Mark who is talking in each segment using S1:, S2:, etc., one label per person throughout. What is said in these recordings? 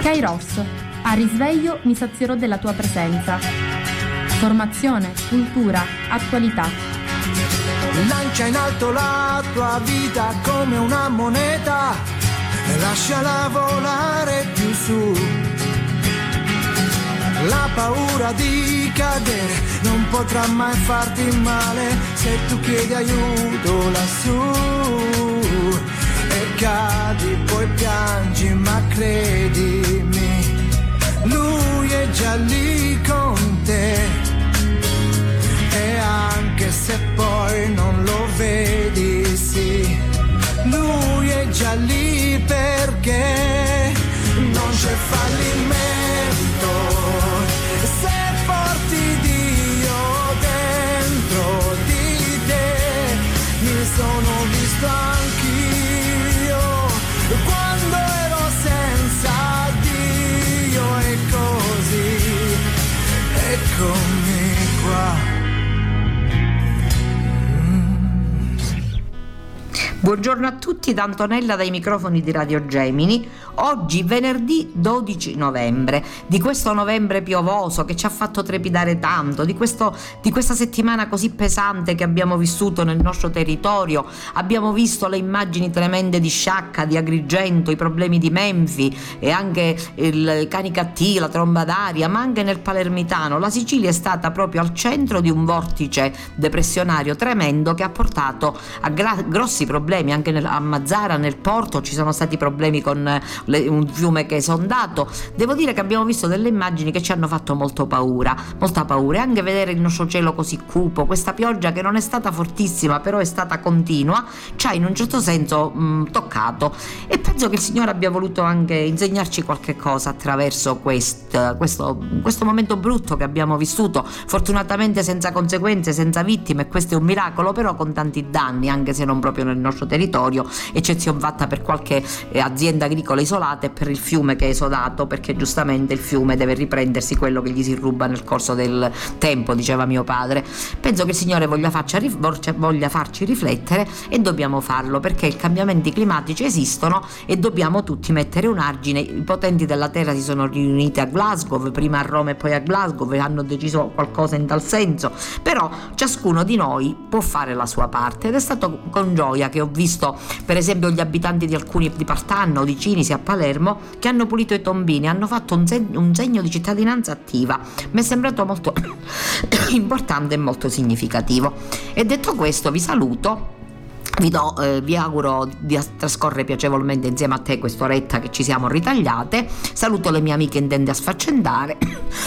S1: Kairos, a risveglio mi sazierò della tua presenza. Formazione, cultura, attualità.
S2: Lancia in alto la tua vita come una moneta e lasciala volare più su. La paura di cadere non potrà mai farti male se tu chiedi aiuto lassù. E cadi, poi piangi, ma credimi, lui è già lì con te. E anche se poi non lo vedi, sì, lui è già lì perché non c'è fallimento se porti Dio dentro di te. Mi sono visto anch'io quando ero senza Dio, e così eccomi qua.
S3: Buongiorno a tutti da Antonella dai microfoni di Radio Gemini. Oggi venerdì 12 novembre, di questo novembre piovoso che ci ha fatto trepidare tanto, di questa settimana così pesante che abbiamo vissuto nel nostro territorio. Abbiamo visto le immagini tremende di Sciacca, di Agrigento, i problemi di Menfi e anche il Canicattì, la tromba d'aria, ma anche nel Palermitano. La Sicilia è stata proprio al centro di un vortice depressionario tremendo che ha portato a grossi problemi. Anche a Mazara, nel porto, ci sono stati problemi con un fiume che è esondato. Devo dire che abbiamo visto delle immagini che ci hanno fatto molta paura, e anche vedere il nostro cielo così cupo, questa pioggia che non è stata fortissima però è stata continua, ci ha in un certo senso toccato, e penso che il Signore abbia voluto anche insegnarci qualche cosa attraverso questo momento brutto che abbiamo vissuto, fortunatamente senza conseguenze, senza vittime, e questo è un miracolo, però con tanti danni, anche se non proprio nel nostro territorio, eccezione fatta per qualche azienda agricola isolata e per il fiume che è esodato, perché giustamente il fiume deve riprendersi quello che gli si ruba nel corso del tempo, diceva mio padre. Penso che il Signore voglia farci riflettere, e dobbiamo farlo, perché i cambiamenti climatici esistono e dobbiamo tutti mettere un argine. I potenti della terra si sono riuniti a Glasgow, prima a Roma e poi a Glasgow, e hanno deciso qualcosa in tal senso, però ciascuno di noi può fare la sua parte, ed è stato con gioia che ho visto per esempio gli abitanti di Partanna o di Cinisi a Palermo che hanno pulito i tombini, hanno fatto un segno di cittadinanza attiva. Mi è sembrato molto importante e molto significativo. E detto questo vi saluto. Vi auguro di trascorrere piacevolmente insieme a te quest'oretta che ci siamo ritagliate. Saluto le mie amiche intende a sfaccendare.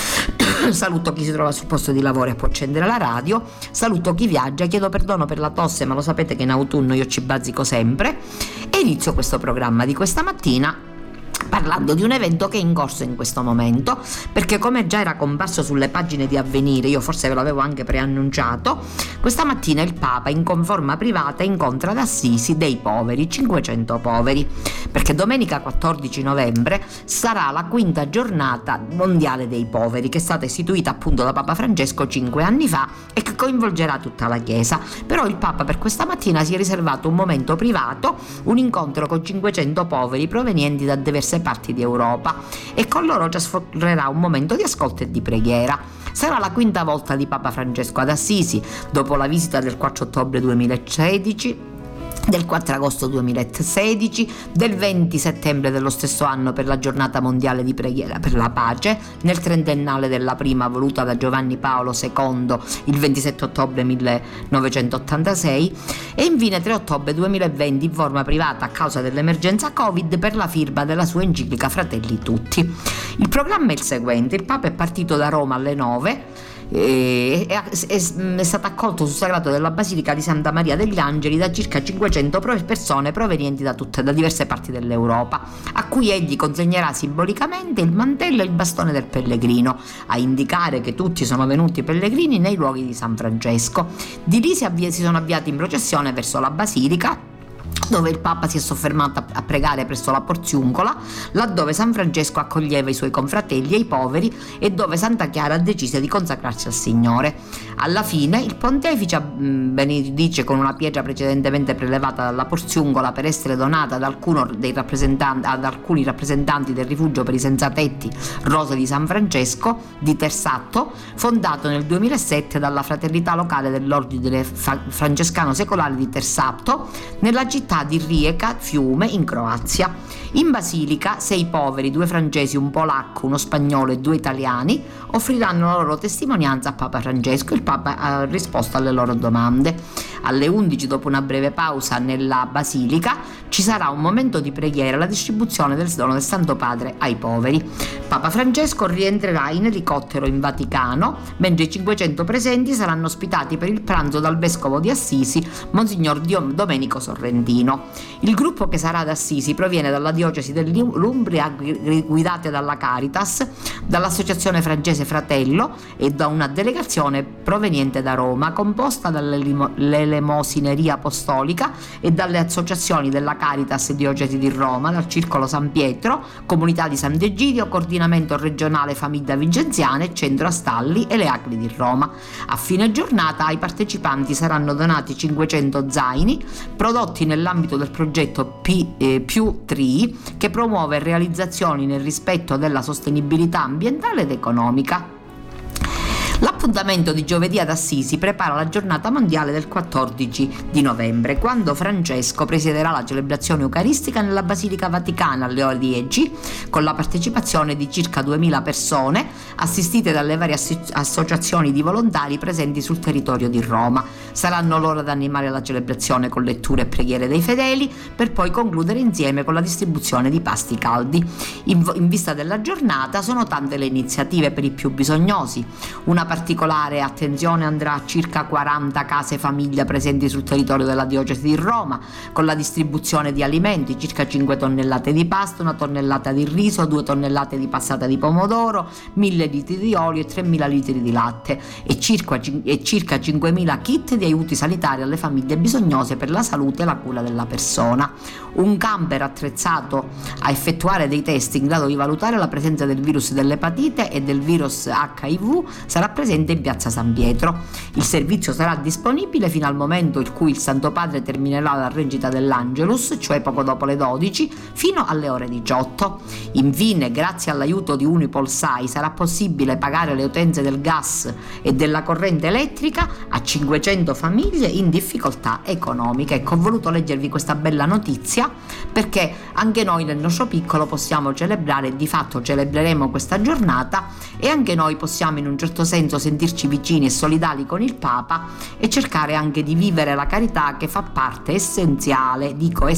S3: Saluto chi si trova sul posto di lavoro e può accendere la radio. Saluto chi viaggia. Chiedo perdono per la tosse, ma lo sapete che in autunno io ci bazzico sempre. E inizio questo programma di questa mattina parlando di un evento che è in corso in questo momento, perché come già era comparso sulle pagine di Avvenire, io forse ve l'avevo anche preannunciato, questa mattina il Papa in forma privata incontra ad Assisi dei poveri, 500 poveri, perché domenica 14 novembre sarà la 5ª giornata mondiale dei poveri, che è stata istituita appunto da Papa Francesco 5 anni fa e che coinvolgerà tutta la Chiesa. Però il Papa per questa mattina si è riservato un momento privato, un incontro con 500 poveri provenienti da diverse parti di Europa, e con loro trascorrerà un momento di ascolto e di preghiera. Sarà la 5ª volta di Papa Francesco ad Assisi, dopo la visita del 4 ottobre 2016, del 4 agosto 2016, del 20 settembre dello stesso anno per la giornata mondiale di preghiera per la pace, nel trentennale della prima voluta da Giovanni Paolo II il 27 ottobre 1986, e infine 3 ottobre 2020 in forma privata a causa dell'emergenza Covid per la firma della sua enciclica Fratelli Tutti. Il programma è il seguente: il Papa è partito da Roma alle 9, è stato accolto sul sagrato della Basilica di Santa Maria degli Angeli da circa 500 persone provenienti da diverse parti dell'Europa, a cui egli consegnerà simbolicamente il mantello e il bastone del pellegrino, a indicare che tutti sono venuti pellegrini nei luoghi di San Francesco. Di lì si sono avviati in processione verso la Basilica, dove il Papa si è soffermato a pregare presso la Porziuncola, laddove San Francesco accoglieva i suoi confratelli e i poveri, e dove Santa Chiara ha deciso di consacrarsi al Signore. Alla fine il pontefice benedice con una pietra precedentemente prelevata dalla Porziungola per essere donata ad alcuni rappresentanti del rifugio per i senzatetti Rose di San Francesco di Tersatto, fondato nel 2007 dalla fraternità locale dell'Ordine Francescano Secolare di Tersatto, nella città di Rijeka, Fiume, in Croazia. In basilica 6 poveri, 2 francesi, un polacco, uno spagnolo e 2 italiani offriranno la loro testimonianza a Papa Francesco. Il Papa ha risposto alle loro domande. Alle 11, dopo una breve pausa nella basilica, ci sarà un momento di preghiera e la distribuzione del dono del Santo Padre ai poveri. Papa Francesco rientrerà in elicottero in Vaticano, mentre i 500 presenti saranno ospitati per il pranzo dal vescovo di Assisi, Monsignor Domenico Sorrentino. Il gruppo che sarà ad Assisi proviene dalla diocesi dell'Umbria, guidate dalla Caritas, dall'associazione francese Fratello e da una delegazione proveniente da Roma, composta dall'Elemosineria Apostolica e dalle associazioni della Caritas Diocesi di Roma, dal Circolo San Pietro, Comunità di Sant'Egidio, Coordinamento Regionale Famiglia Vincenziana e Centro Astalli e le ACLI di Roma. A fine giornata ai partecipanti saranno donati 500 zaini prodotti nell'ambito del progetto più Tree, che promuove realizzazioni nel rispetto della sostenibilità ambientale ed economica. L'appuntamento di giovedì ad Assisi prepara la giornata mondiale del 14 di novembre, quando Francesco presiederà la celebrazione eucaristica nella Basilica Vaticana alle ore 10, con la partecipazione di circa 2000 persone, assistite dalle varie associazioni di volontari presenti sul territorio di Roma. Saranno loro ad animare la celebrazione con letture e preghiere dei fedeli, per poi concludere insieme con la distribuzione di pasti caldi. In vista della giornata sono tante le iniziative per i più bisognosi. Una particolare attenzione andrà a circa 40 case famiglia presenti sul territorio della diocesi di Roma, con la distribuzione di alimenti, circa 5 tonnellate di pasta, 1 tonnellata di riso, 2 tonnellate di passata di pomodoro, 1000 litri di olio e 3000 litri di latte e circa 5000 kit di aiuti sanitari alle famiglie bisognose per la salute e la cura della persona. Un camper attrezzato a effettuare dei test in grado di valutare la presenza del virus dell'epatite e del virus HIV sarà presente in piazza San Pietro. Il servizio sarà disponibile fino al momento in cui il Santo Padre terminerà la recita dell'Angelus, cioè poco dopo le 12, fino alle ore 18. Infine, grazie all'aiuto di Unipol-SAI, sarà possibile pagare le utenze del gas e della corrente elettrica a 500 famiglie in difficoltà economiche. Ecco, ho voluto leggervi questa bella notizia perché anche noi nel nostro piccolo possiamo celebrare, di fatto celebreremo questa giornata, e anche noi possiamo in un certo senso sentirci vicini e solidali con il Papa e cercare anche di vivere la carità, che fa parte essenziale,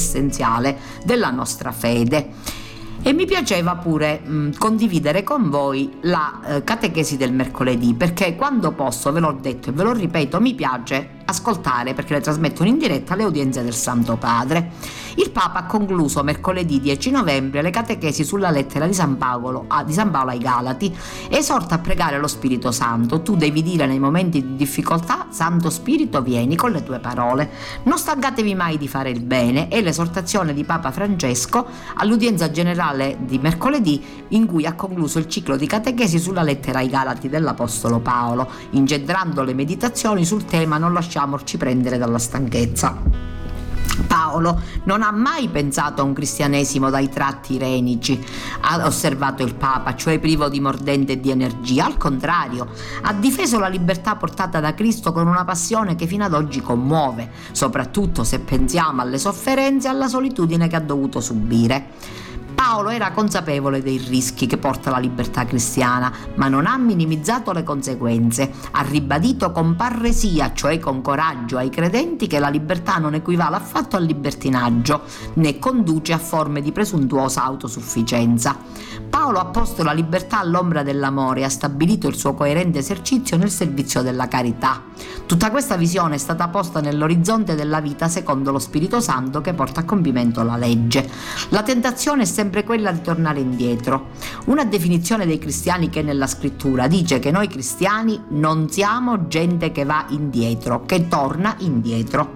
S3: della nostra fede. E mi piaceva pure condividere con voi la catechesi del mercoledì, perché quando posso, ve l'ho detto e ve lo ripeto, mi piace ascoltare, perché le trasmettono in diretta, le udienze del Santo Padre. Il Papa ha concluso mercoledì 10 novembre le catechesi sulla lettera di San Paolo ai Galati. Esorta a pregare lo Spirito Santo. Tu devi dire nei momenti di difficoltà: Santo Spirito, vieni, con le tue parole. Non stancatevi mai di fare il bene, è l'esortazione di Papa Francesco all'udienza generale di mercoledì, in cui ha concluso il ciclo di catechesi sulla lettera ai Galati dell'Apostolo Paolo, incentrando le meditazioni sul tema "Non lasciamoci prendere dalla stanchezza". Paolo non ha mai pensato a un cristianesimo dai tratti irenici, ha osservato il Papa, cioè privo di mordente e di energia. Al contrario, ha difeso la libertà portata da Cristo con una passione che fino ad oggi commuove, soprattutto se pensiamo alle sofferenze e alla solitudine che ha dovuto subire. Paolo era consapevole dei rischi che porta la libertà cristiana, ma non ha minimizzato le conseguenze. Ha ribadito con parresia, cioè con coraggio, ai credenti che la libertà non equivale affatto al libertinaggio, né conduce a forme di presuntuosa autosufficienza. Paolo ha posto la libertà all'ombra dell'amore e ha stabilito il suo coerente esercizio nel servizio della carità. Tutta questa visione è stata posta nell'orizzonte della vita secondo lo Spirito Santo che porta a compimento la legge. La tentazione è sempre quella di tornare indietro. Una definizione dei cristiani che è nella scrittura dice che noi cristiani non siamo gente che va indietro, che torna indietro.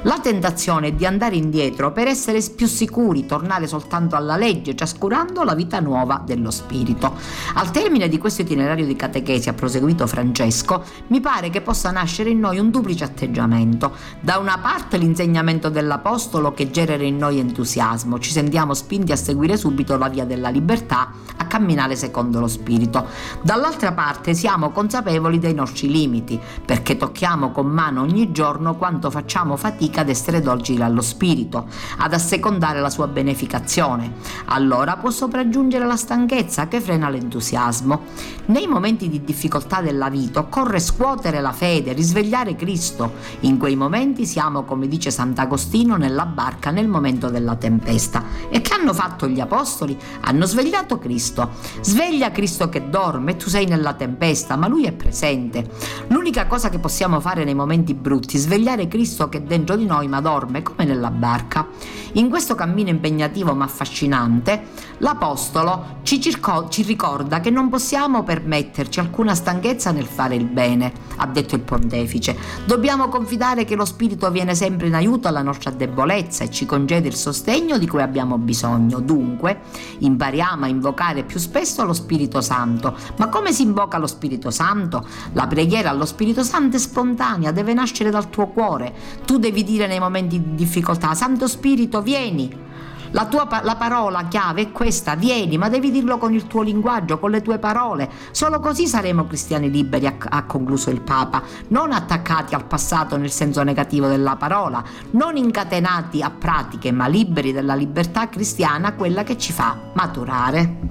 S3: La tentazione è di andare indietro per essere più sicuri, tornare soltanto alla legge, trascurando la vita nuova dello spirito. Al termine di questo itinerario di catechesi, ha proseguito Francesco, mi pare che possa nascere in noi un duplice atteggiamento. Da una parte l'insegnamento dell'Apostolo che genera in noi entusiasmo, ci sentiamo spinti a seguire subito la via della libertà, a camminare secondo lo spirito. Dall'altra parte siamo consapevoli dei nostri limiti, perché tocchiamo con mano ogni giorno quanto facciamo fatica ad essere docili allo spirito, ad assecondare la sua beneficazione. Allora può sopraggiungere la stanchezza che frena l'entusiasmo. Nei momenti di difficoltà della vita occorre scuotere la fede, risvegliare Cristo. In quei momenti siamo, come dice Sant'Agostino, nella barca nel momento della tempesta. E che hanno fatto gli apostoli? Hanno svegliato Cristo. Sveglia Cristo che dorme, tu sei nella tempesta, ma Lui è presente. L'unica cosa che possiamo fare nei momenti brutti è svegliare Cristo che è dentro di noi ma dorme come nella barca. In questo cammino impegnativo ma affascinante, l'Apostolo ci ricorda che non possiamo permetterci alcuna stanchezza nel fare il bene, ha detto il Pontefice. Dobbiamo confidare che lo Spirito viene sempre in aiuto alla nostra debolezza e ci concede il sostegno di cui abbiamo bisogno. Dunque, impariamo a invocare più spesso lo Spirito Santo. Ma come si invoca lo Spirito Santo? La preghiera allo Spirito Santo è spontanea, deve nascere dal tuo cuore. Tu devi dire nei momenti di difficoltà: Santo Spirito, vieni. La parola chiave è questa: vieni, ma devi dirlo con il tuo linguaggio, con le tue parole. Solo così saremo cristiani liberi, ha concluso il Papa, non attaccati al passato nel senso negativo della parola, non incatenati a pratiche, ma liberi della libertà cristiana, quella che ci fa maturare.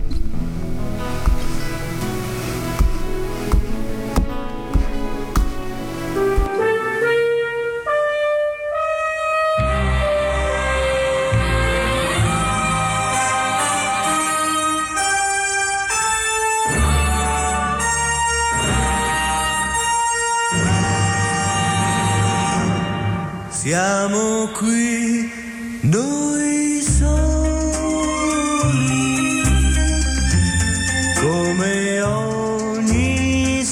S2: Siamo qui noi soli, come ogni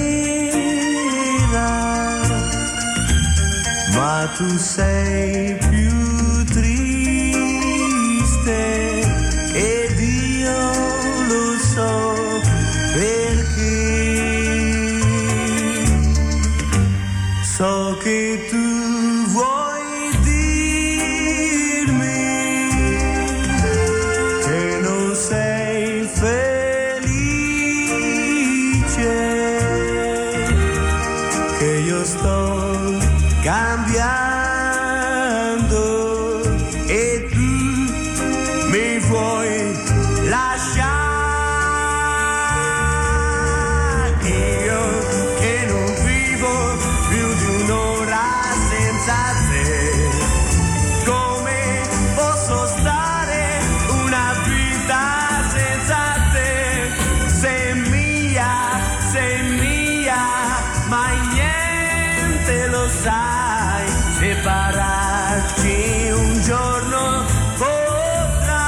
S2: sera, ma tu sei più triste ed io lo so perché. So che tu vuoi dirmi che non sei felice, che io sto cambiando e tu mi vuoi lasciare. Io che non vivo più di un'ora senza te, come posso stare una vita senza te? Sei mia, mai niente lo sai, separarci un giorno potrà.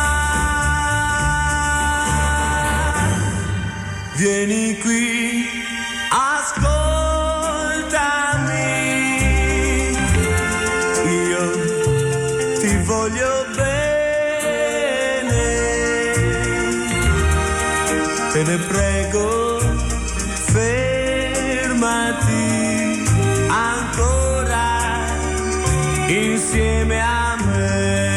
S2: Vieni qui, ascoltami, io ti voglio bene, te ne prego, fermati ancora insieme a me.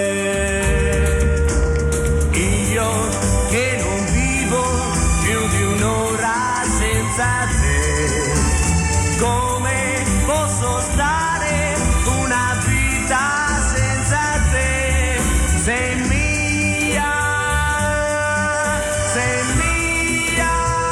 S2: Io che non vivo più di un'ora senza te, come posso stare una vita senza te? Sei mia, sei mia.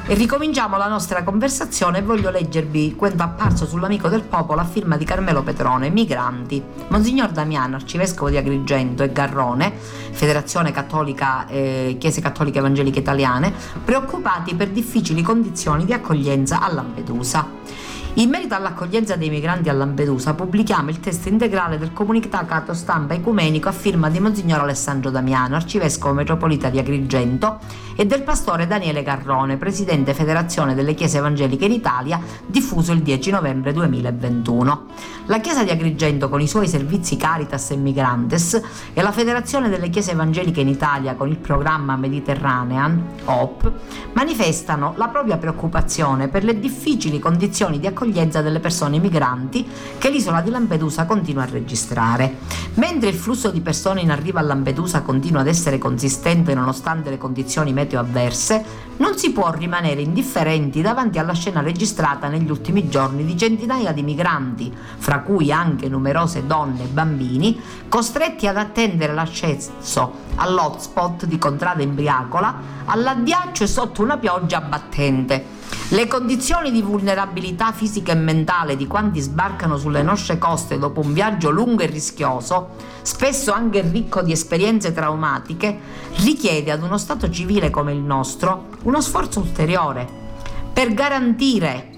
S3: E ricominciamo la nostra conversazione e voglio leggervi quanto apparso sull'Amico del Popolo a firma di Carmelo Petrone, Migranti. Monsignor Damiano, arcivescovo di Agrigento e Garrone, Federazione Cattolica, Chiese Cattoliche Evangeliche Italiane, preoccupati per difficili condizioni di accoglienza a Lampedusa. In merito all'accoglienza dei migranti a Lampedusa pubblichiamo il testo integrale del comunicato stampa ecumenico a firma di Monsignor Alessandro Damiano, arcivescovo metropolita di Agrigento, e del pastore Daniele Garrone, presidente Federazione delle Chiese Evangeliche in Italia, diffuso il 10 novembre 2021. La Chiesa di Agrigento con i suoi servizi Caritas e Migrantes e la Federazione delle Chiese Evangeliche in Italia con il programma Mediterranean, HOP, manifestano la propria preoccupazione per le difficili condizioni di accoglienza delle persone migranti che l'isola di Lampedusa continua a registrare. Mentre il flusso di persone in arrivo a Lampedusa continua ad essere consistente nonostante le condizioni meteo avverse, non si può rimanere indifferenti davanti alla scena registrata negli ultimi giorni di centinaia di migranti, fra cui anche numerose donne e bambini, costretti ad attendere l'accesso all'hotspot di Contrada Imbriacola, all'addiaccio e sotto una pioggia battente. Le condizioni di vulnerabilità fisica e mentale di quanti sbarcano sulle nostre coste dopo un viaggio lungo e rischioso, spesso anche ricco di esperienze traumatiche, richiede ad uno Stato civile come il nostro uno sforzo ulteriore per garantire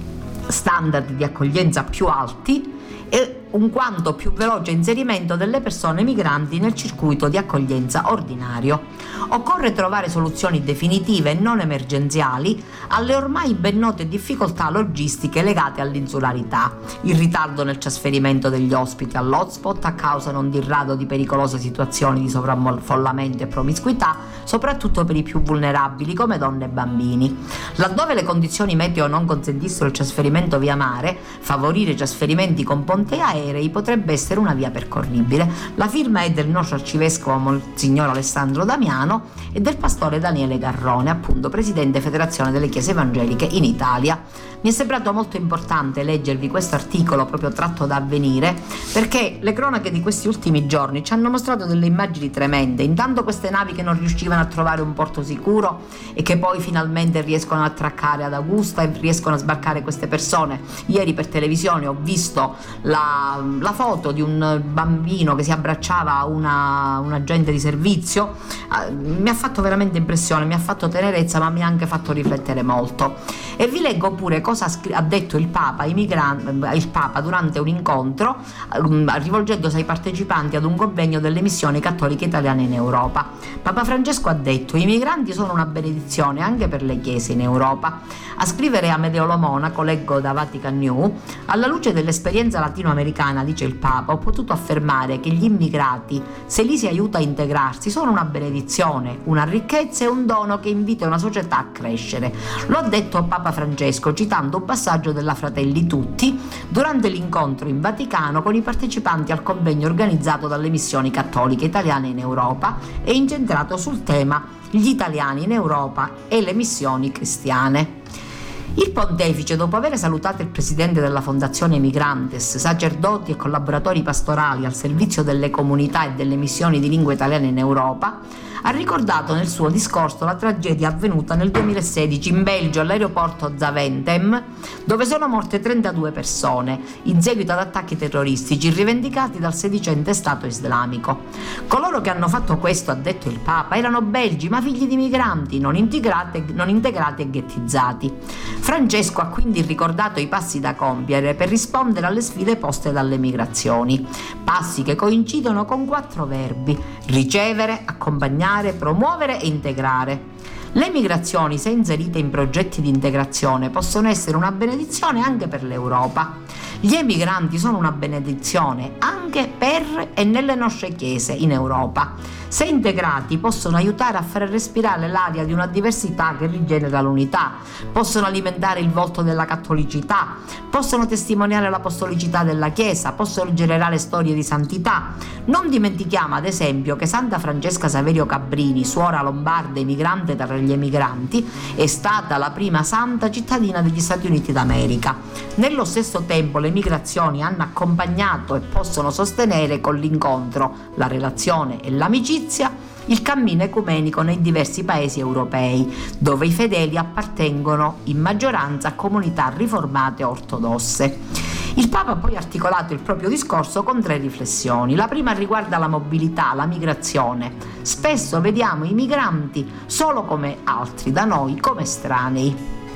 S3: standard di accoglienza più alti e un quanto più veloce inserimento delle persone migranti nel circuito di accoglienza ordinario. Occorre trovare soluzioni definitive e non emergenziali alle ormai ben note difficoltà logistiche legate all'insularità, il ritardo nel trasferimento degli ospiti all'hotspot a causa non di rado di pericolose situazioni di sovraffollamento e promiscuità, soprattutto per i più vulnerabili come donne e bambini. Laddove le condizioni meteo non consentissero il trasferimento via mare, favorire i trasferimenti con ponte aerei potrebbe essere una via percorribile. La firma è del nostro arcivescovo Monsignor Alessandro Damiano e del pastore Daniele Garrone, appunto presidente Federazione delle Chiese Evangeliche in Italia. Mi è sembrato molto importante leggervi questo articolo proprio tratto da Avvenire, perché le cronache di questi ultimi giorni ci hanno mostrato delle immagini tremende. Intanto queste navi che non riuscivano a trovare un porto sicuro e che poi finalmente riescono a attraccare ad Augusta e riescono a sbarcare queste persone. Ieri per televisione ho visto la foto di un bambino che si abbracciava a un agente di servizio. Mi ha fatto veramente impressione, mi ha fatto tenerezza, ma mi ha anche fatto riflettere molto. E vi leggo pure cosa ha detto il Papa durante un incontro rivolgendosi ai partecipanti ad un convegno delle missioni cattoliche italiane in Europa. Papa Francesco ha detto: i migranti sono una benedizione anche per le chiese in Europa. A scrivere Amedeo Lo Monaco, leggo da Vatican News, alla luce dell'esperienza latinoamericana, dice il Papa, ho potuto affermare che gli immigrati, se li si aiuta a integrarsi, sono una benedizione, una ricchezza e un dono che invita una società a crescere. Lo ha detto Papa Francesco citando un passaggio della Fratelli Tutti durante l'incontro in Vaticano con i partecipanti al convegno organizzato dalle missioni cattoliche italiane in Europa e incentrato sul tema gli italiani in Europa e le missioni cristiane. Il pontefice, dopo aver salutato il presidente della Fondazione Migrantes, sacerdoti e collaboratori pastorali al servizio delle comunità e delle missioni di lingua italiana in Europa, ha ricordato nel suo discorso la tragedia avvenuta nel 2016 in Belgio all'aeroporto Zaventem, dove sono morte 32 persone in seguito ad attacchi terroristici rivendicati dal sedicente Stato islamico. Coloro che hanno fatto questo, ha detto il Papa, erano belgi ma figli di migranti non integrati e ghettizzati. Francesco ha quindi ricordato i passi da compiere per rispondere alle sfide poste dalle migrazioni, passi che coincidono con 4 verbi: ricevere, accompagnare, promuovere e integrare. Le migrazioni, se inserite in progetti di integrazione, possono essere una benedizione anche per l'Europa. Gli emigranti sono una benedizione anche per e nelle nostre chiese in Europa. Se integrati possono aiutare a far respirare l'aria di una diversità che rigenera l'unità, possono alimentare il volto della cattolicità, possono testimoniare l'apostolicità della Chiesa, possono generare storie di santità. Non dimentichiamo ad esempio che Santa Francesca Saverio Cabrini, suora lombarda emigrante tra gli emigranti, è stata la prima santa cittadina degli Stati Uniti d'America. Nello stesso tempo le migrazioni hanno accompagnato e possono sostenere con l'incontro, la relazione e l'amicizia il cammino ecumenico nei diversi paesi europei, dove i fedeli appartengono in maggioranza a comunità riformate ortodosse. Il Papa ha poi articolato il proprio discorso con 3 riflessioni. La prima riguarda la mobilità, la migrazione. Spesso vediamo i migranti solo come altri, da noi come estranei.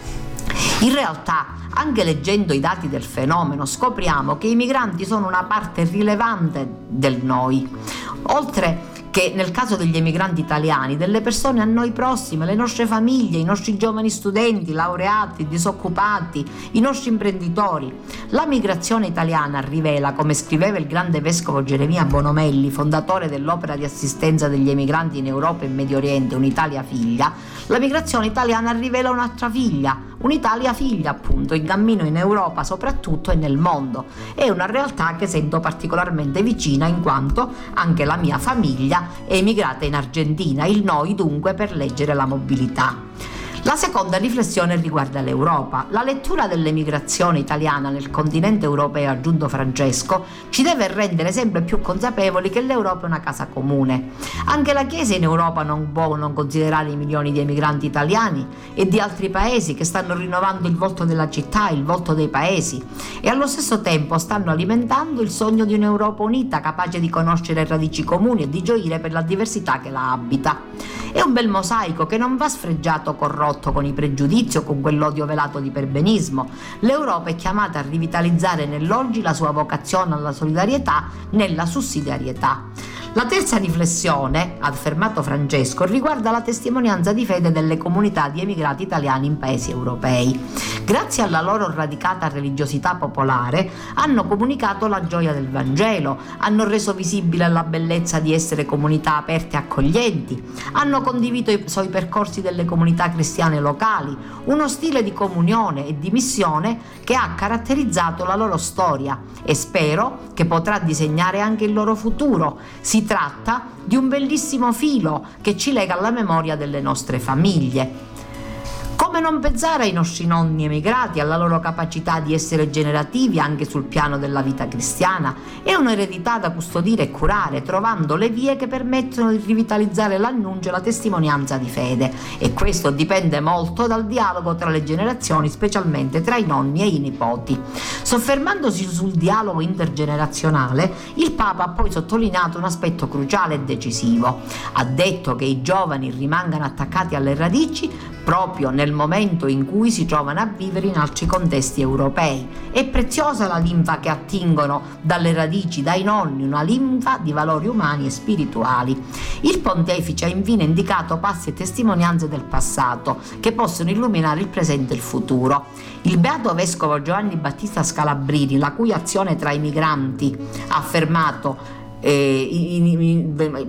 S3: In realtà, anche leggendo i dati del fenomeno, scopriamo che i migranti sono una parte rilevante del noi. Oltre che nel caso degli emigranti italiani, delle persone a noi prossime, le nostre famiglie, i nostri giovani studenti, laureati, disoccupati, i nostri imprenditori. La migrazione italiana rivela, come scriveva il grande vescovo Geremia Bonomelli, fondatore dell'opera di assistenza degli emigranti in Europa e Medio Oriente, Un'Italia figlia, la migrazione italiana rivela un'altra figlia, un'Italia figlia appunto, in cammino in Europa soprattutto e nel mondo. È una realtà che sento particolarmente vicina in quanto anche la mia famiglia è emigrata in Argentina, il noi dunque per leggere la mobilità. La seconda riflessione riguarda l'Europa. La lettura dell'emigrazione italiana nel continente europeo, ha aggiunto Francesco, ci deve rendere sempre più consapevoli che l'Europa è una casa comune. Anche la Chiesa in Europa non può non considerare i milioni di emigranti italiani e di altri paesi che stanno rinnovando il volto della città, il volto dei paesi, e allo stesso tempo stanno alimentando il sogno di un'Europa unita, capace di conoscere radici comuni e di gioire per la diversità che la abita. È un bel mosaico che non va sfregiato o corrotto con i pregiudizi o con quell'odio velato di perbenismo. L'Europa è chiamata a rivitalizzare nell'oggi la sua vocazione alla solidarietà nella sussidiarietà. La terza riflessione, ha affermato Francesco, riguarda la testimonianza di fede delle comunità di emigrati italiani in paesi europei. Grazie alla loro radicata religiosità popolare, hanno comunicato la gioia del Vangelo, hanno reso visibile la bellezza di essere comunità aperte e accoglienti, hanno condiviso i suoi percorsi delle comunità cristiane locali, uno stile di comunione e di missione che ha caratterizzato la loro storia e spero che potrà disegnare anche il loro futuro. Si tratta di un bellissimo filo che ci lega alla memoria delle nostre famiglie. Come non pensare ai nostri nonni emigrati, alla loro capacità di essere generativi anche sul piano della vita cristiana? È un'eredità da custodire e curare, trovando le vie che permettono di rivitalizzare l'annuncio e la testimonianza di fede. E questo dipende molto dal dialogo tra le generazioni, specialmente tra i nonni e i nipoti. Soffermandosi sul dialogo intergenerazionale, il Papa ha poi sottolineato un aspetto cruciale e decisivo. Ha detto che i giovani rimangano attaccati alle radici proprio nel momento in cui si trovano a vivere in altri contesti europei. È preziosa la linfa che attingono dalle radici, dai nonni, una linfa di valori umani e spirituali. Il pontefice ha infine indicato passi e testimonianze del passato che possono illuminare il presente e il futuro. Il beato vescovo Giovanni Battista Scalabrini, la cui azione tra i migranti ha affermato che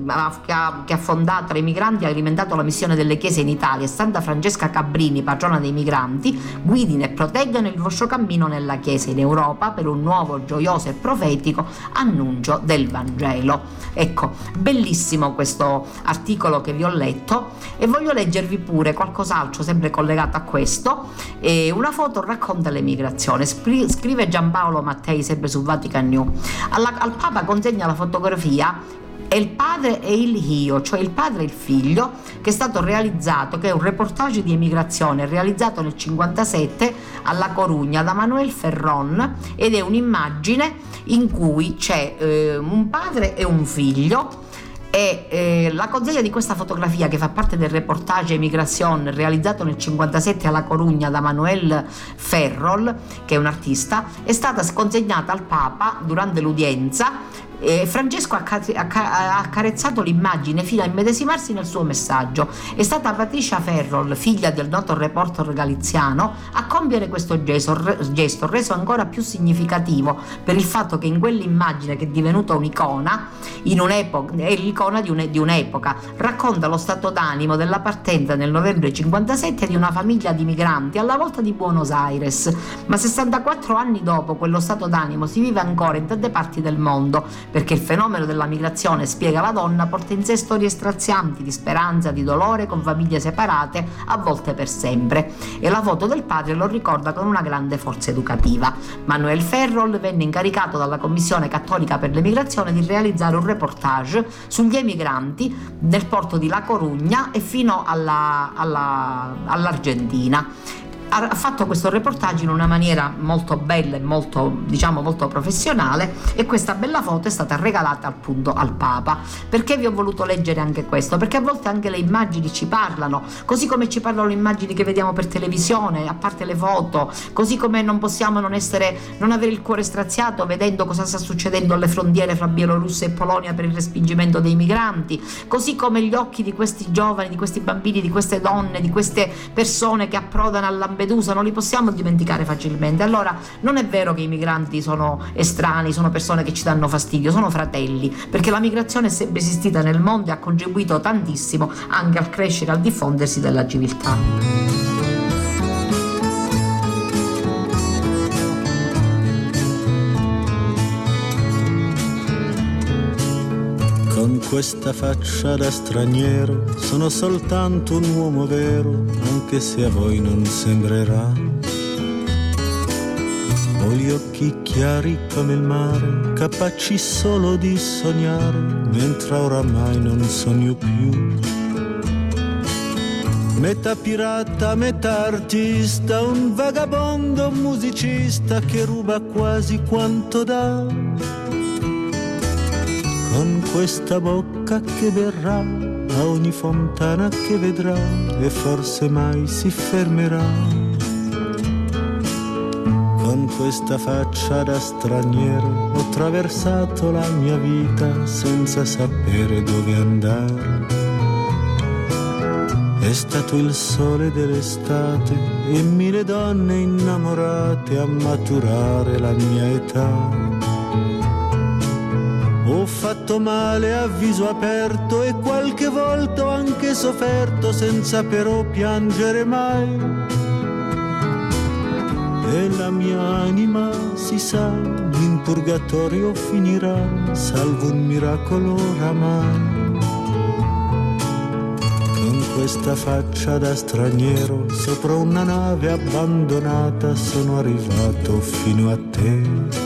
S3: ha fondato tra i migranti, ha alimentato la missione delle chiese in Italia, e Santa Francesca Cabrini, patrona dei migranti, guidino e proteggano il vostro cammino nella Chiesa in Europa per un nuovo, gioioso e profetico annuncio del Vangelo. Ecco, bellissimo questo articolo che vi ho letto e voglio leggervi pure qualcos'altro sempre collegato a questo. Una foto racconta l'emigrazione, scrive Giampaolo Mattei sempre su Vatican News. Al Papa consegna la fotografia è il padre e il io, cioè il padre e il figlio, che è stato realizzato, che è un reportage di emigrazione realizzato nel 1957 alla Corugna da Manuel Ferron, ed è un'immagine in cui c'è un padre e un figlio. E la consegna di questa fotografia, che fa parte del reportage Emigrazione realizzato nel 1957 alla Corugna da Manuel Ferrol, che è un artista, è stata consegnata al Papa durante l'udienza. Francesco ha accarezzato l'immagine fino a immedesimarsi nel suo messaggio. È stata Patricia Ferrol, figlia del noto reporter galiziano, a compiere questo gesto reso ancora più significativo per il fatto che in quell'immagine, che è divenuta un'icona, è l'icona di un'epoca, racconta lo stato d'animo della partenza nel novembre 1957 di una famiglia di migranti alla volta di Buenos Aires. Ma 64 anni dopo quello stato d'animo si vive ancora in tante parti del mondo, perché il fenomeno della migrazione, spiega la donna, porta in sé storie strazianti di speranza, di dolore, con famiglie separate, a volte per sempre, e la foto del padre lo ricorda con una grande forza educativa. Manuel Ferrol venne incaricato dalla Commissione Cattolica per l'Emigrazione di realizzare un reportage sugli emigranti nel porto di La Corugna e fino all'Argentina. Ha fatto questo reportage in una maniera molto bella e molto professionale, e questa bella foto è stata regalata appunto al Papa. Perché vi ho voluto leggere anche questo? Perché a volte anche le immagini ci parlano, così come ci parlano le immagini che vediamo per televisione, a parte le foto, così come non possiamo non avere il cuore straziato vedendo cosa sta succedendo alle frontiere fra Bielorussia e Polonia per il respingimento dei migranti, così come gli occhi di questi giovani, di questi bambini, di queste donne, di queste persone che approdano a Lampedusa non li possiamo dimenticare facilmente. Allora non è vero che i migranti sono estranei, sono persone che ci danno fastidio, sono fratelli, perché la migrazione è sempre esistita nel mondo e ha contribuito tantissimo anche al crescere e al diffondersi della civiltà.
S4: Con questa faccia da straniero sono soltanto un uomo vero, anche se a voi non sembrerà. Ho gli occhi chiari come il mare, capaci solo di sognare, mentre oramai non sogno più. Metà pirata, metà artista, un vagabondo musicista che ruba quasi quanto dà. Con questa bocca che berrà a ogni fontana che vedrà e forse mai si fermerà. Con questa faccia da straniero ho attraversato la mia vita senza sapere dove andare. È stato il sole dell'estate e 1000 donne innamorate a maturare la mia età. Ho fatto male a viso aperto e qualche volta ho anche sofferto senza però piangere mai. E la mia anima, si sa, in purgatorio finirà, salvo un miracolo oramai. Con questa faccia da straniero, sopra una nave abbandonata, sono arrivato fino a te.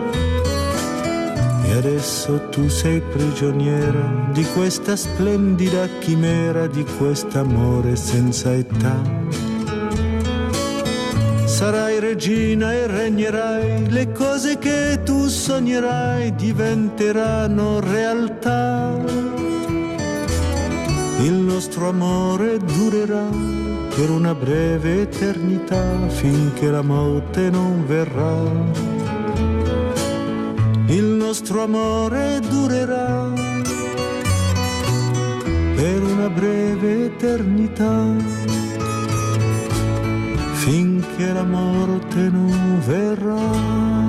S4: E adesso tu sei prigioniera di questa splendida chimera, di quest'amore senza età. Sarai regina e regnerai, le cose che tu sognerai diventeranno realtà. Il nostro amore durerà per una breve eternità, finché la morte non verrà. Il nostro amore durerà per una breve eternità, finché la morte non verrà.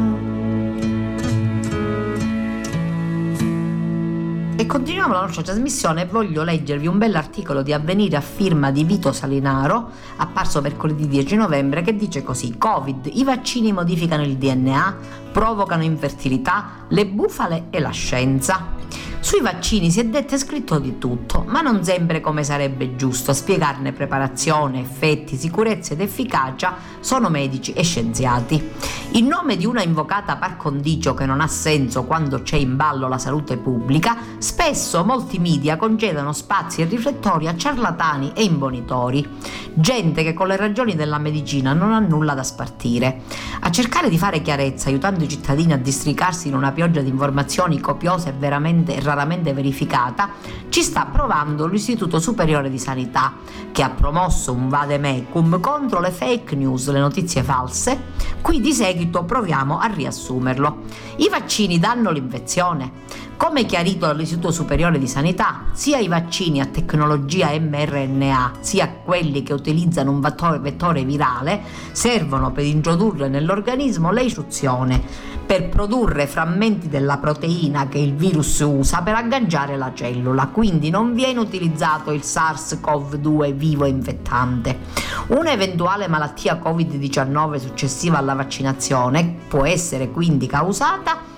S3: E continuiamo la nostra trasmissione e voglio leggervi un bell'articolo di Avvenire a firma di Vito Salinaro, apparso mercoledì 10 novembre, che dice così: Covid, i vaccini modificano il DNA, provocano infertilità, le bufale e la scienza. Sui vaccini si è detto e scritto di tutto, ma non sempre come sarebbe giusto. A spiegarne preparazione, effetti, sicurezza ed efficacia sono medici e scienziati. In nome di una invocata par condicio che non ha senso quando c'è in ballo la salute pubblica, spesso molti media concedono spazi e riflettori a ciarlatani e imbonitori, gente che con le ragioni della medicina non ha nulla da spartire. A cercare di fare chiarezza, aiutando i cittadini a districarsi in una pioggia di informazioni copiose e raramente verificata, ci sta provando l'Istituto Superiore di Sanità, che ha promosso un vademecum contro le fake news, le notizie false. Qui di seguito proviamo a riassumerlo. I vaccini danno l'infezione. Come chiarito dall'Istituto Superiore di Sanità, sia i vaccini a tecnologia mRNA, sia quelli che utilizzano un vettore virale, servono per introdurre nell'organismo le istruzioni per produrre frammenti della proteina che il virus usa per agganciare la cellula, quindi non viene utilizzato il SARS-CoV-2 vivo infettante. Un'eventuale malattia Covid-19 successiva alla vaccinazione può essere quindi causata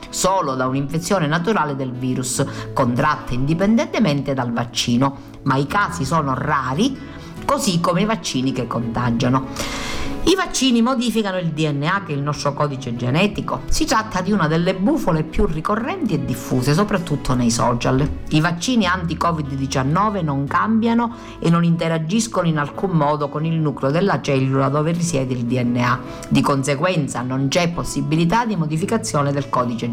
S3: solo da un'infezione naturale del virus, contratta indipendentemente dal vaccino, ma i casi sono rari, così come i vaccini che contagiano. I vaccini modificano il DNA, che è il nostro codice genetico. Si tratta di una delle bufale più ricorrenti e diffuse, soprattutto nei social. I vaccini anti-Covid-19 non cambiano e non interagiscono in alcun modo con il nucleo della cellula dove risiede il DNA. Di conseguenza non c'è possibilità di modificazione del codice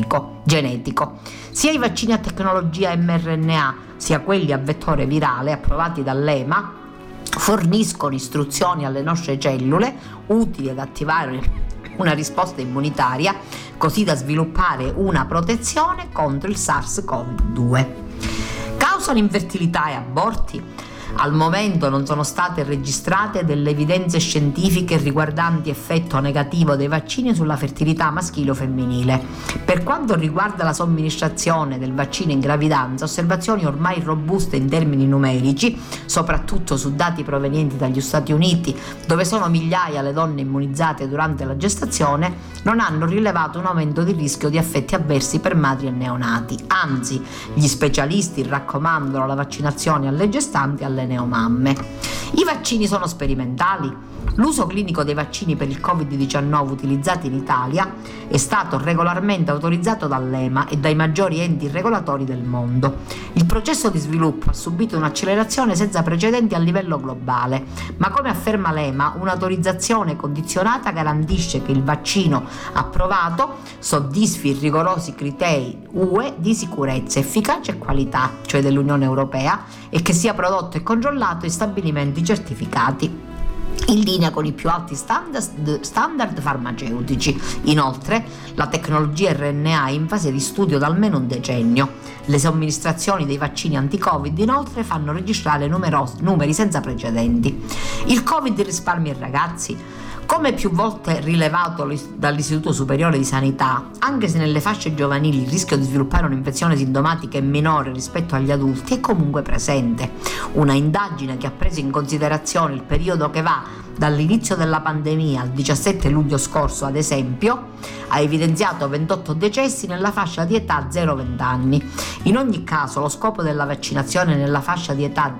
S3: genetico. Sia i vaccini a tecnologia mRNA, sia quelli a vettore virale approvati dall'EMA forniscono istruzioni alle nostre cellule utili ad attivare una risposta immunitaria, così da sviluppare una protezione contro il SARS-CoV-2. Causano infertilità e aborti? Al momento non sono state registrate delle evidenze scientifiche riguardanti effetto negativo dei vaccini sulla fertilità maschile o femminile. Per quanto riguarda la somministrazione del vaccino in gravidanza, osservazioni ormai robuste in termini numerici, soprattutto su dati provenienti dagli Stati Uniti, dove sono migliaia le donne immunizzate durante la gestazione, non hanno rilevato un aumento di rischio di effetti avversi per madri e neonati. Anzi, gli specialisti raccomandano la vaccinazione alle gestanti e alle neomamme. I vaccini sono sperimentali. L'uso clinico dei vaccini per il Covid-19 utilizzati in Italia è stato regolarmente autorizzato dall'EMA e dai maggiori enti regolatori del mondo. Il processo di sviluppo ha subito un'accelerazione senza precedenti a livello globale, ma come afferma l'EMA, un'autorizzazione condizionata garantisce che il vaccino approvato soddisfi i rigorosi criteri UE di sicurezza, efficacia e qualità, cioè dell'Unione Europea, e che sia prodotto e controllato in stabilimenti certificati in linea con i più alti standard farmaceutici. Inoltre, la tecnologia RNA è in fase di studio da almeno un decennio. Le somministrazioni dei vaccini anti-Covid inoltre fanno registrare numeri senza precedenti. Il Covid risparmia i ragazzi? Come più volte rilevato dall'Istituto Superiore di Sanità, anche se nelle fasce giovanili il rischio di sviluppare un'infezione sintomatica è minore rispetto agli adulti, è comunque presente. Una indagine che ha preso in considerazione il periodo che va dall'inizio della pandemia al 17 luglio scorso, ad esempio, ha evidenziato 28 decessi nella fascia di età 0-20 anni. In ogni caso, lo scopo della vaccinazione nella fascia di età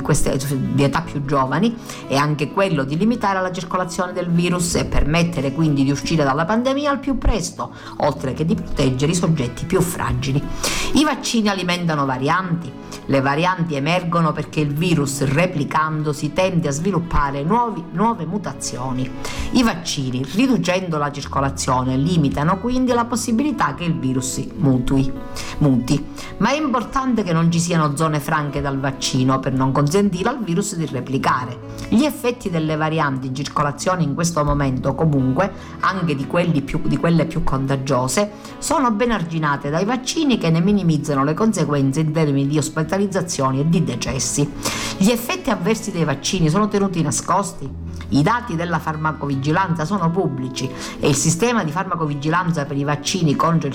S3: più giovani è anche quello di limitare la circolazione del virus e permettere quindi di uscire dalla pandemia al più presto, oltre che di proteggere i soggetti più fragili. I vaccini alimentano varianti. Le varianti emergono perché il virus, replicandosi, tende a sviluppare nuove mutazioni. I vaccini, riducendo la circolazione, limitano quindi la possibilità che il virus muti. Ma è importante che non ci siano zone franche dal vaccino per non consentire al virus di replicare. Gli effetti delle varianti in circolazione in questo momento, comunque, anche di quelle più contagiose, sono ben arginate dai vaccini che ne minimizzano le conseguenze in termini di ospedalizzazioni e di decessi. Gli effetti avversi dei vaccini sono tenuti nascosti. I dati della farmacovigilanza sono pubblici e il sistema di farmacovigilanza per i vaccini contro il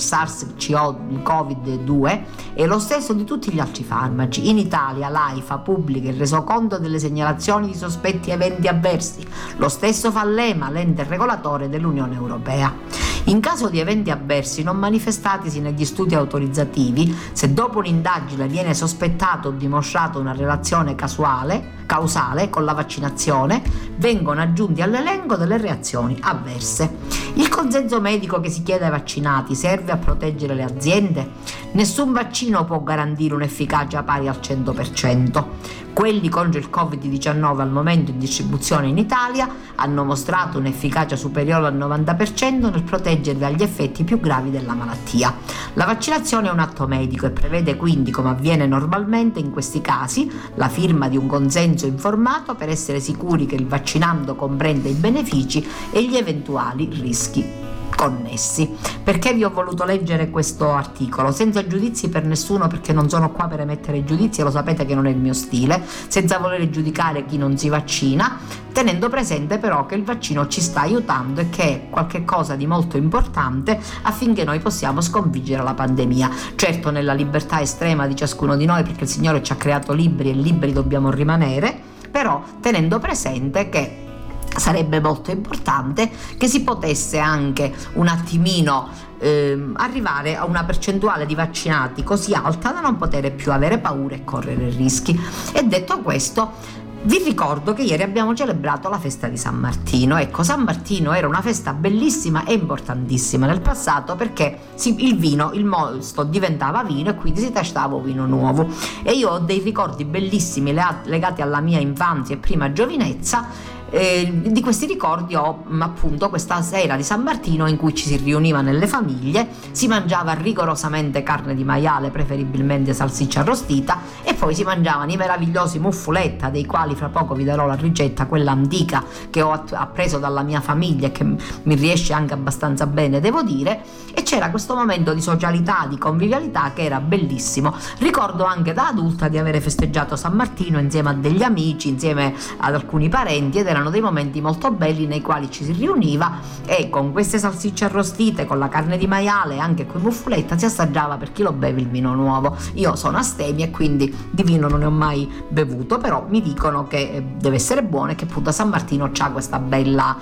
S3: SARS-CoV-2 è lo stesso di tutti gli altri farmaci. In Italia l'AIFA pubblica il resoconto delle segnalazioni di sospetti eventi avversi. Lo stesso fa l'EMA, l'ente regolatore dell'Unione Europea. In caso di eventi avversi non manifestatisi negli studi autorizzativi, se dopo un'indagine viene sospettato o dimostrata una relazione causale con la vaccinazione, vengono aggiunti all'elenco delle reazioni avverse. Il consenso medico che si chiede ai vaccinati serve a proteggere le aziende? Nessun vaccino può garantire un'efficacia pari al 100%. Quelli contro il Covid-19 al momento in distribuzione in Italia hanno mostrato un'efficacia superiore al 90% nel proteggere dagli effetti più gravi della malattia. La vaccinazione è un atto medico e prevede quindi, come avviene normalmente in questi casi, la firma di un consenso informato per essere sicuri che il vaccinando comprende i benefici e gli eventuali rischi connessi. Perché vi ho voluto leggere questo articolo? Senza giudizi per nessuno, perché non sono qua per emettere giudizi e lo sapete che non è il mio stile, senza voler giudicare chi non si vaccina, tenendo presente però che il vaccino ci sta aiutando e che è qualche cosa di molto importante affinché noi possiamo sconfiggere la pandemia. Certo, nella libertà estrema di ciascuno di noi, perché il Signore ci ha creato liberi e liberi dobbiamo rimanere, però tenendo presente che sarebbe molto importante che si potesse anche un attimino arrivare a una percentuale di vaccinati così alta da non poter più avere paura e correre rischi. E detto questo, vi ricordo che ieri abbiamo celebrato la festa di San Martino. Ecco, San Martino era una festa bellissima e importantissima nel passato, perché il vino, il mosto diventava vino e quindi si tastava vino nuovo, e io ho dei ricordi bellissimi legati alla mia infanzia e prima giovinezza. Di questi ricordi ho appunto questa sera di San Martino in cui ci si riuniva nelle famiglie, si mangiava rigorosamente carne di maiale, preferibilmente salsiccia arrostita, e poi si mangiavano i meravigliosi muffuletta, dei quali fra poco vi darò la ricetta, quella antica che ho appreso dalla mia famiglia e che mi riesce anche abbastanza bene, devo dire. E c'era questo momento di socialità, di convivialità che era bellissimo. Ricordo anche da adulta di avere festeggiato San Martino insieme a degli amici, insieme ad alcuni parenti, ed erano dei momenti molto belli nei quali ci si riuniva e con queste salsicce arrostite, con la carne di maiale e anche con i muffuletta si assaggiava, per chi lo beve, il vino nuovo. Io sono astemia e quindi di vino non ne ho mai bevuto, però mi dicono che deve essere buono e che appunto San Martino ha questa bella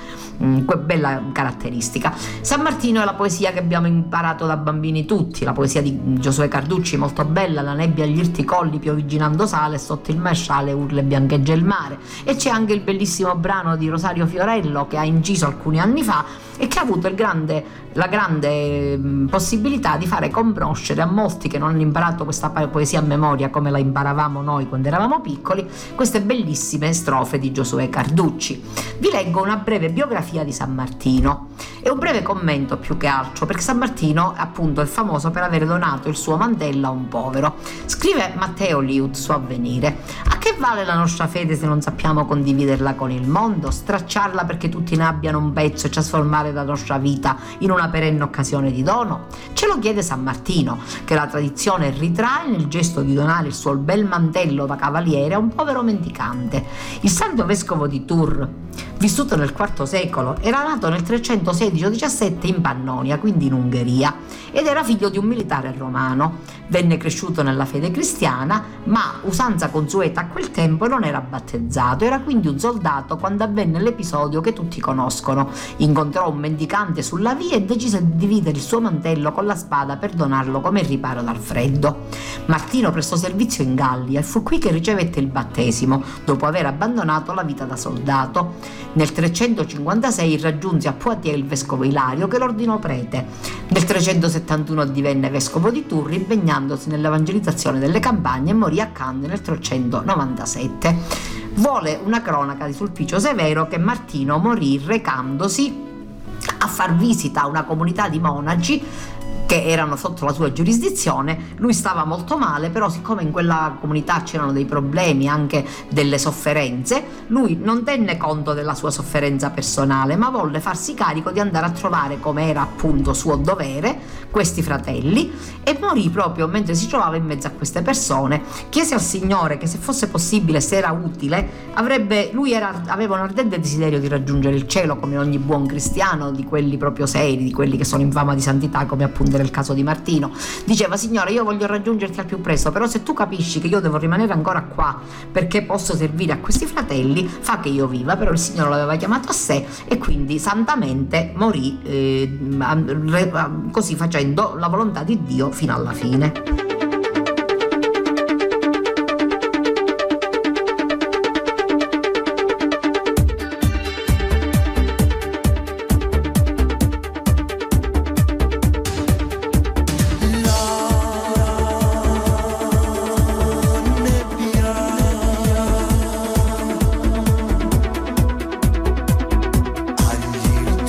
S3: caratteristica. San Martino è la poesia che abbiamo imparato da bambini tutti, la poesia di Giosuè Carducci, molto bella: la nebbia agli irti colli, piovigginando sale, sotto il masciale urla e biancheggia il mare. E c'è anche il bellissimo brano di Rosario Fiorello che ha inciso alcuni anni fa e che ha avuto la grande possibilità di fare conoscere a molti che non hanno imparato questa poesia a memoria come la imparavamo noi quando eravamo piccoli, queste bellissime strofe di Giosuè Carducci. Vi leggo una breve biografia di San Martino e un breve commento più che altro, perché San Martino appunto è famoso per aver donato il suo mantello a un povero. Scrive Matteo Liut su Avvenire: a che vale la nostra fede se non sappiamo condividerla con il mondo, stracciarla perché tutti ne abbiano un pezzo e trasformare la nostra vita in una perenne occasione di dono? Ce lo chiede San Martino, che la tradizione ritrae nel gesto di donare il suo bel mantello da cavaliere a un povero mendicante. Il santo vescovo di Tours, vissuto nel IV secolo, era nato nel 316 o 17 in Pannonia, quindi in Ungheria, ed era figlio di un militare romano. Venne cresciuto nella fede cristiana, ma usanza consueta a quel tempo non era battezzato. Era quindi un soldato quando avvenne l'episodio che tutti conoscono. Incontrò un mendicante sulla via e decise di dividere il suo mantello con la spada per donarlo come riparo dal freddo. Martino prestò servizio in Gallia e fu qui che ricevette il battesimo, dopo aver abbandonato la vita da soldato. Nel 356 raggiunse a Poitiers il vescovo Ilario, che lo ordinò prete. Nel 371 divenne vescovo di Tours, impegnandosi nell'evangelizzazione delle campagne, e morì a Cannes nel 397. Vuole una cronaca di Sulpicio Severo che Martino morì recandosi a far visita a una comunità di monaci che erano sotto la sua giurisdizione. Lui stava molto male, però siccome in quella comunità c'erano dei problemi, anche delle sofferenze, lui non tenne conto della sua sofferenza personale, ma volle farsi carico di andare a trovare, come era appunto suo dovere, questi fratelli, e morì proprio mentre si trovava in mezzo a queste persone. Chiese al Signore che se fosse possibile, se era utile, aveva un ardente desiderio di raggiungere il cielo, come ogni buon cristiano, di quelli proprio seri, di quelli che sono in fama di santità, come appunto nel caso di Martino. Diceva: Signore, io voglio raggiungerti al più presto, però se tu capisci che io devo rimanere ancora qua perché posso servire a questi fratelli, fa che io viva. Però il Signore l'aveva chiamato a sé e quindi santamente morì, così facendo la volontà di Dio fino alla fine.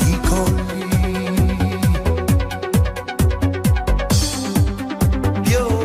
S2: Yo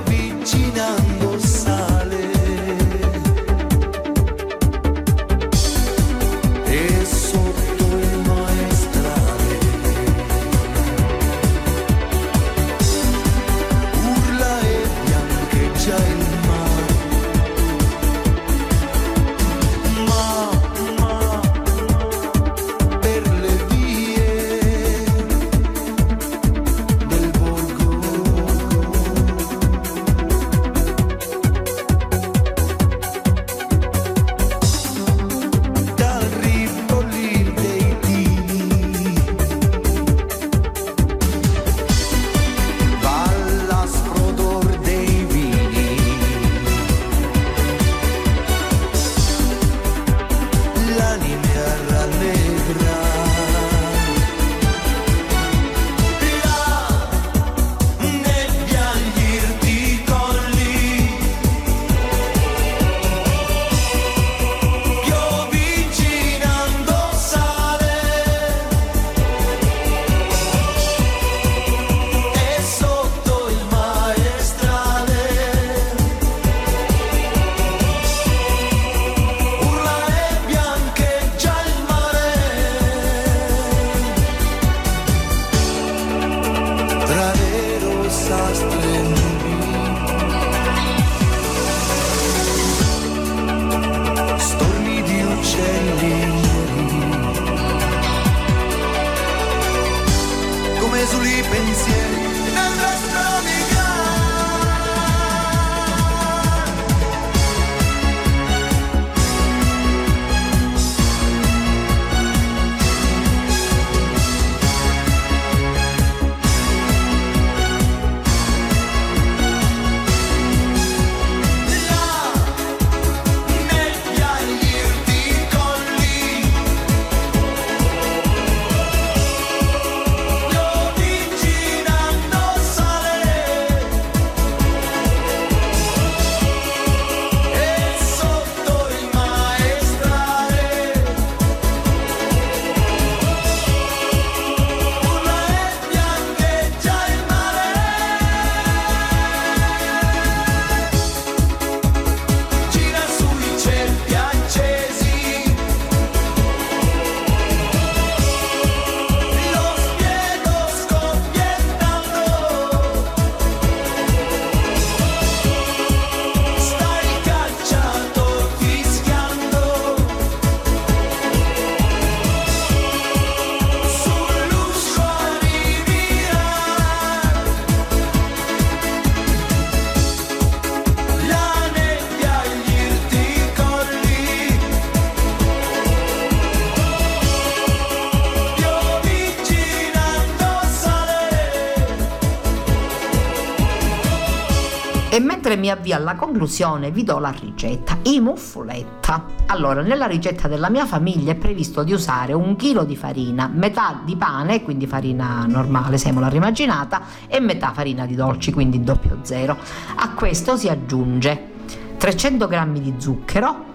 S3: E mentre mi avvio alla conclusione vi do la ricetta, i muffuletta. Allora, nella ricetta della mia famiglia è previsto di usare 1 chilo di farina, metà di pane, quindi farina normale, semola rimaginata, e metà farina di dolci, quindi 00. A questo si aggiunge 300 g di zucchero,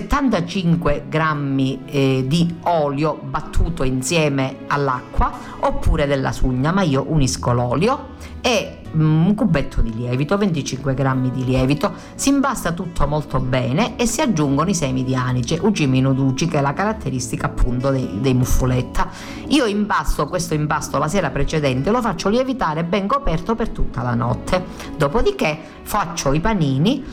S3: 75 g di olio battuto insieme all'acqua oppure della sugna, ma io unisco l'olio, e un cubetto di lievito, 25 g di lievito. Si impasta tutto molto bene e si aggiungono i semi di anice, ucimino duci, che è la caratteristica appunto dei muffuletta. Io impasto questo impasto la sera precedente, lo faccio lievitare ben coperto per tutta la notte. Dopodiché faccio i panini,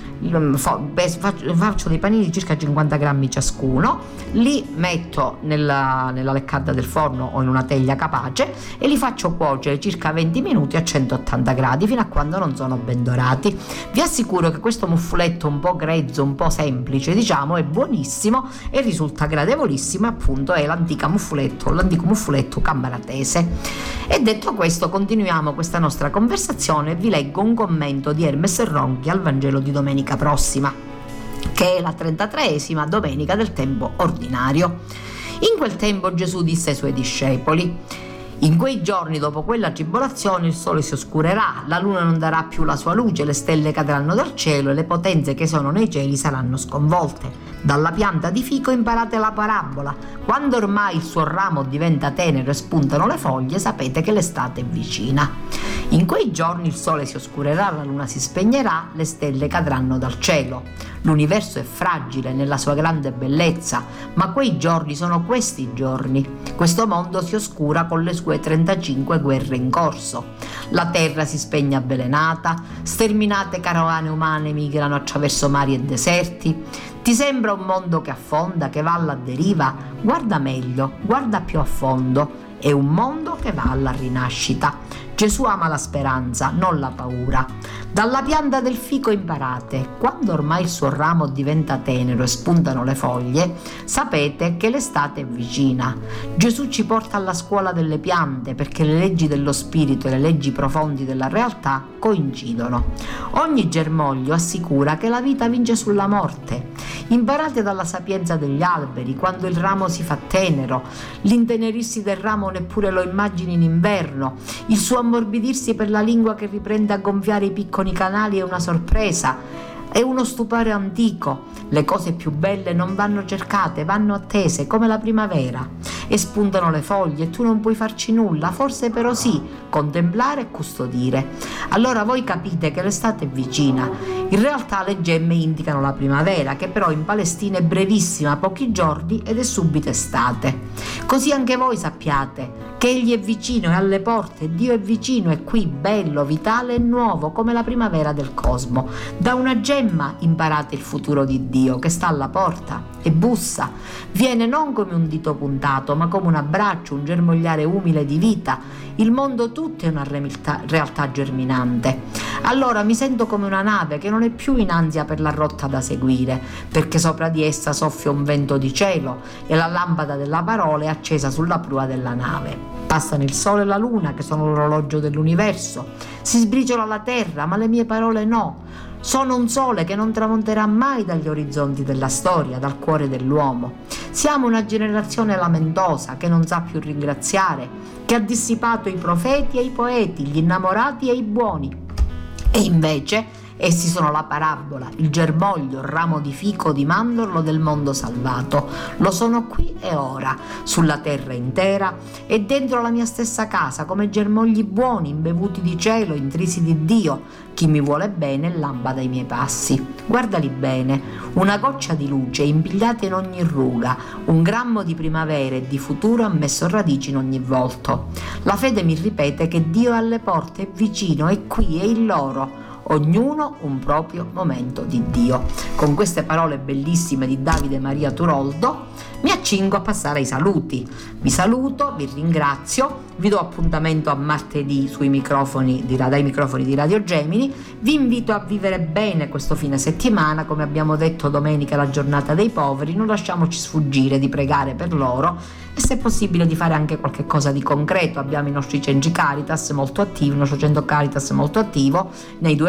S3: faccio dei panini circa 50 grammi ciascuno, li metto nella leccata del forno o in una teglia capace e li faccio cuocere circa 20 minuti a 180 gradi fino a quando non sono ben dorati. Vi assicuro che questo muffuletto un po' grezzo, un po' semplice diciamo, è buonissimo e risulta gradevolissimo, appunto è l'antico muffuletto cambaratese. E detto questo, continuiamo questa nostra conversazione e vi leggo un commento di Hermes Ronchi al Vangelo di domenica prossima, che è la 33esima domenica del tempo ordinario. In quel tempo Gesù disse ai suoi discepoli: in quei giorni, dopo quella tribolazione, il sole si oscurerà, la luna non darà più la sua luce, le stelle cadranno dal cielo e le potenze che sono nei cieli saranno sconvolte. Dalla pianta di fico imparate la parabola: quando ormai il suo ramo diventa tenero e spuntano le foglie, sapete che l'estate è vicina. In quei giorni il sole si oscurerà, la luna si spegnerà, le stelle cadranno dal cielo. L'universo è fragile nella sua grande bellezza, ma quei giorni sono questi giorni. Questo mondo si oscura con le sue 35 guerre in corso. La terra si spegne avvelenata, sterminate carovane umane migrano attraverso mari e deserti. Ti sembra un mondo che affonda, che va alla deriva? Guarda meglio, guarda più a fondo. È un mondo che va alla rinascita. Gesù ama la speranza, non la paura. Dalla pianta del fico imparate: quando ormai il suo ramo diventa tenero e spuntano le foglie, sapete che l'estate è vicina. Gesù ci porta alla scuola delle piante, perché le leggi dello spirito e le leggi profondi della realtà coincidono. Ogni germoglio assicura che la vita vince sulla morte. Imparate dalla sapienza degli alberi: quando il ramo si fa tenero, l'intenerirsi del ramo neppure lo immagini in inverno, il suo ammorbidirsi per la lingua che riprende a gonfiare i piccoli canali è una sorpresa, è uno stupore antico. Le cose più belle non vanno cercate, vanno attese, come la primavera. E spuntano le foglie e tu non puoi farci nulla, forse però sì, contemplare e custodire. Allora voi capite che l'estate è vicina. In realtà le gemme indicano la primavera, che però in Palestina è brevissima, pochi giorni, ed è subito estate. Così anche voi sappiate che Egli è vicino, è alle porte, Dio è vicino, è qui, bello, vitale e nuovo, come la primavera del cosmo. Da una gemma imparate il futuro di Dio, che sta alla porta e bussa. Viene non come un dito puntato, ma come un abbraccio, un germogliare umile di vita. Il mondo tutto è una realtà germinante. Allora mi sento come una nave che non è più in ansia per la rotta da seguire, perché sopra di essa soffia un vento di cielo e la lampada della parola è accesa sulla prua della nave. Passano il sole e la luna, che sono l'orologio dell'universo. Si sbriciola la terra, ma le mie parole no. Sono un sole che non tramonterà mai dagli orizzonti della storia, dal cuore dell'uomo. Siamo una generazione lamentosa che non sa più ringraziare, che ha dissipato i profeti e i poeti, gli innamorati e i buoni. E invece essi sono la parabola, il germoglio, il ramo di fico, di mandorlo del mondo salvato. Lo sono qui e ora, sulla terra intera e dentro la mia stessa casa, come germogli buoni, imbevuti di cielo, intrisi di Dio. Chi mi vuole bene lampa dai miei passi. Guardali bene, una goccia di luce impigliata in ogni ruga, un grammo di primavera e di futuro ha messo radici in ogni volto. La fede mi ripete che Dio è alle porte, è vicino, è qui, è il loro. Ognuno un proprio momento di Dio. Con queste parole bellissime di Davide Maria Turoldo mi accingo a passare ai saluti. Vi saluto, vi ringrazio, vi do appuntamento a martedì dai microfoni di Radio Gemini. Vi invito a vivere bene questo fine settimana, come abbiamo detto domenica è la giornata dei poveri, non lasciamoci sfuggire di pregare per loro e se possibile di fare anche qualche cosa di concreto. Abbiamo i nostri centri Caritas molto attivi, il nostro centro Caritas molto attivo nei 2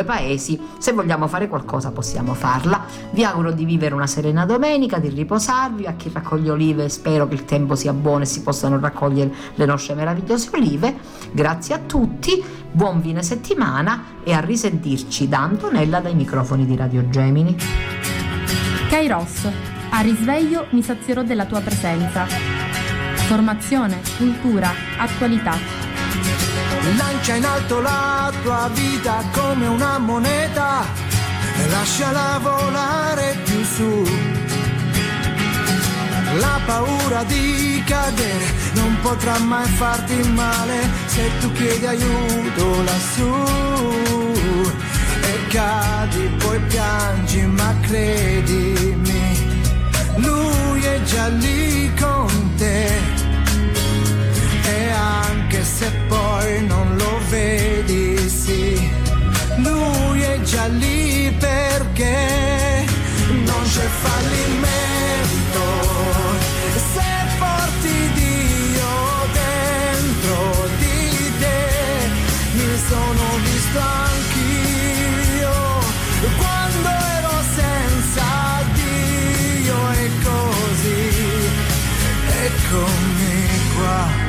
S3: paesi, se vogliamo fare qualcosa possiamo farla. Vi auguro di vivere una serena domenica, di riposarvi. A chi raccoglie olive spero che il tempo sia buono e si possano raccogliere le nostre meravigliose olive. Grazie a tutti, buon fine settimana e a risentirci da Antonella dai microfoni di Radio Gemini.
S1: Kairos, a risveglio mi sazierò della tua presenza. Formazione, cultura, attualità.
S2: Lancia in alto la tua vita come una moneta e lasciala volare più su. La paura di cadere non potrà mai farti male se tu chiedi aiuto lassù. E cadi, poi piangi, ma credimi, lui è già lì con te. E anche se poi non lo vedi, sì, lui è già lì perché non c'è fallimento se porti Dio dentro di te. Mi sono visto anch'io quando ero senza Dio e così eccomi qua.